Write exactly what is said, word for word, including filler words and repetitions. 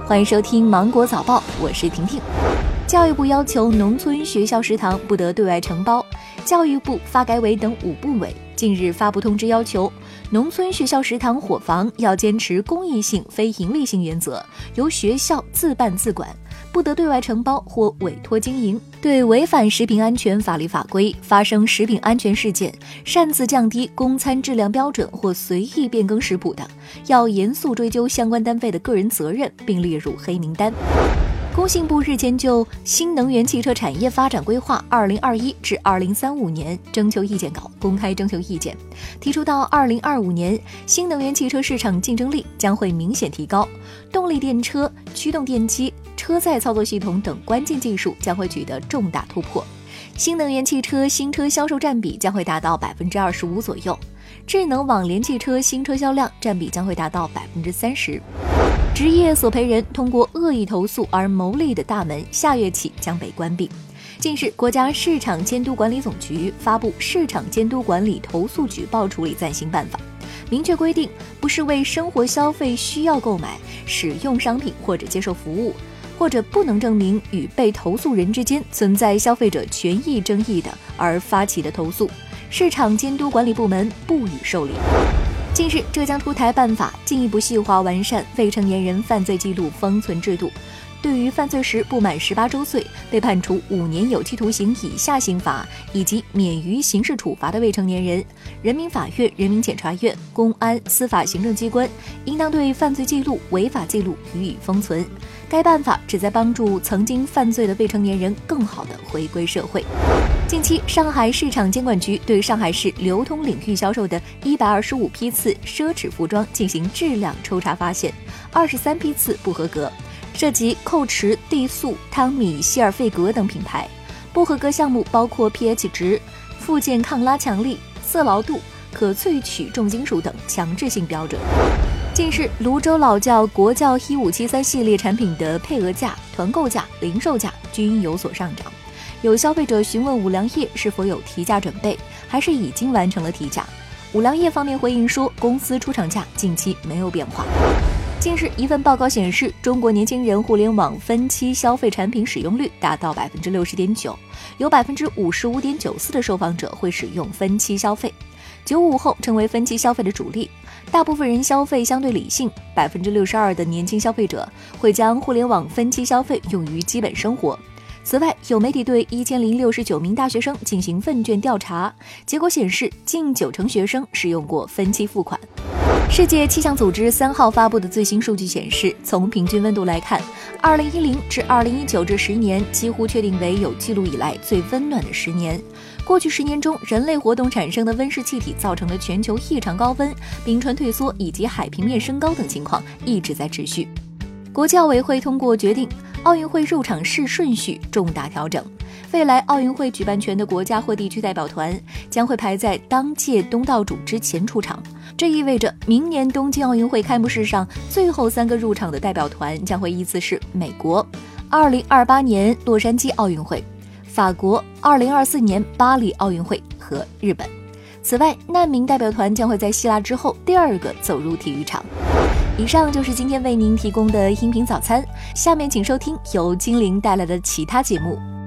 欢迎收听芒果早报，我是婷婷。教育部要求农村学校食堂不得对外承包，教育部、发改委等五部委近日发布通知，要求农村学校食堂伙房要坚持公益性、非营利性原则，由学校自办自管，不得对外承包或委托经营。对违反食品安全法律法规、发生食品安全事件、擅自降低供餐质量标准或随意变更食谱的，要严肃追究相关单位的个人责任，并列入黑名单。工信部日前就新能源汽车产业发展规划二零二一至二零三五年征求意见稿公开征求意见，提出到二零二五年，新能源汽车市场竞争力将会明显提高，动力电车、驱动电机、车载操作系统等关键技术将会取得重大突破，新能源汽车新车销售占比将会达到百分之二十五左右，智能网联汽车新车销量占比将会达到百分之三十。职业索赔人通过恶意投诉而牟利的大门下月起将被关闭。近日，国家市场监督管理总局发布《市场监督管理投诉举报处理暂行办法》，明确规定，不是为生活消费需要购买、使用商品或者接受服务，或者不能证明与被投诉人之间存在消费者权益争议的而发起的投诉，市场监督管理部门不予受理。近日，浙江出台办法，进一步细化完善未成年人犯罪记录封存制度。对于犯罪时不满十八周岁、被判处五年有期徒刑以下刑罚以及免于刑事处罚的未成年人，人民法院、人民检察院、公安、司法行政机关应当对犯罪记录、违法记录予以封存。该办法旨在帮助曾经犯罪的未成年人更好地回归社会。近期，上海市场监管局对上海市流通领域销售的一百二十五批次奢侈服装进行质量抽查，发现二十三批次不合格，涉及蔻驰、地素、汤米、希尔费格等品牌。不合格项目包括 pH 值、附件抗拉强力、色牢度、可萃取重金属等强制性标准。近日，泸州老窖国窖一五七三系列产品的配额价、团购价、零售价均有所上涨。有消费者询问五粮液是否有提价准备，还是已经完成了提价。五粮液方面回应说，公司出厂价近期没有变化。近日，一份报告显示，中国年轻人互联网分期消费产品使用率达到 百分之六十点九， 有 百分之五十五点九四 的受访者会使用分期消费，九五后成为分期消费的主力。大部分人消费相对理性， 百分之六十二 的年轻消费者会将互联网分期消费用于基本生活。此外，有媒体对一千零六十九名大学生进行问卷调查，结果显示，近九成学生使用过分期付款。世界气象组织三号发布的最新数据显示，从平均温度来看，二零一零至二零一九这十年几乎确定为有记录以来最温暖的十年。过去十年中，人类活动产生的温室气体造成的全球异常高温、冰川退缩以及海平面升高等情况一直在持续。国际奥委会通过决定，奥运会入场式顺序重大调整，未来奥运会举办权的国家或地区代表团将会排在当届东道主之前出场。这意味着明年东京奥运会开幕式上最后三个入场的代表团将会依次是美国、二零二八年洛杉矶奥运会、法国、二零二四年巴黎奥运会和日本。此外，难民代表团将会在希腊之后第二个走入体育场。以上就是今天为您提供的音频早餐，下面请收听由精灵带来的其他节目。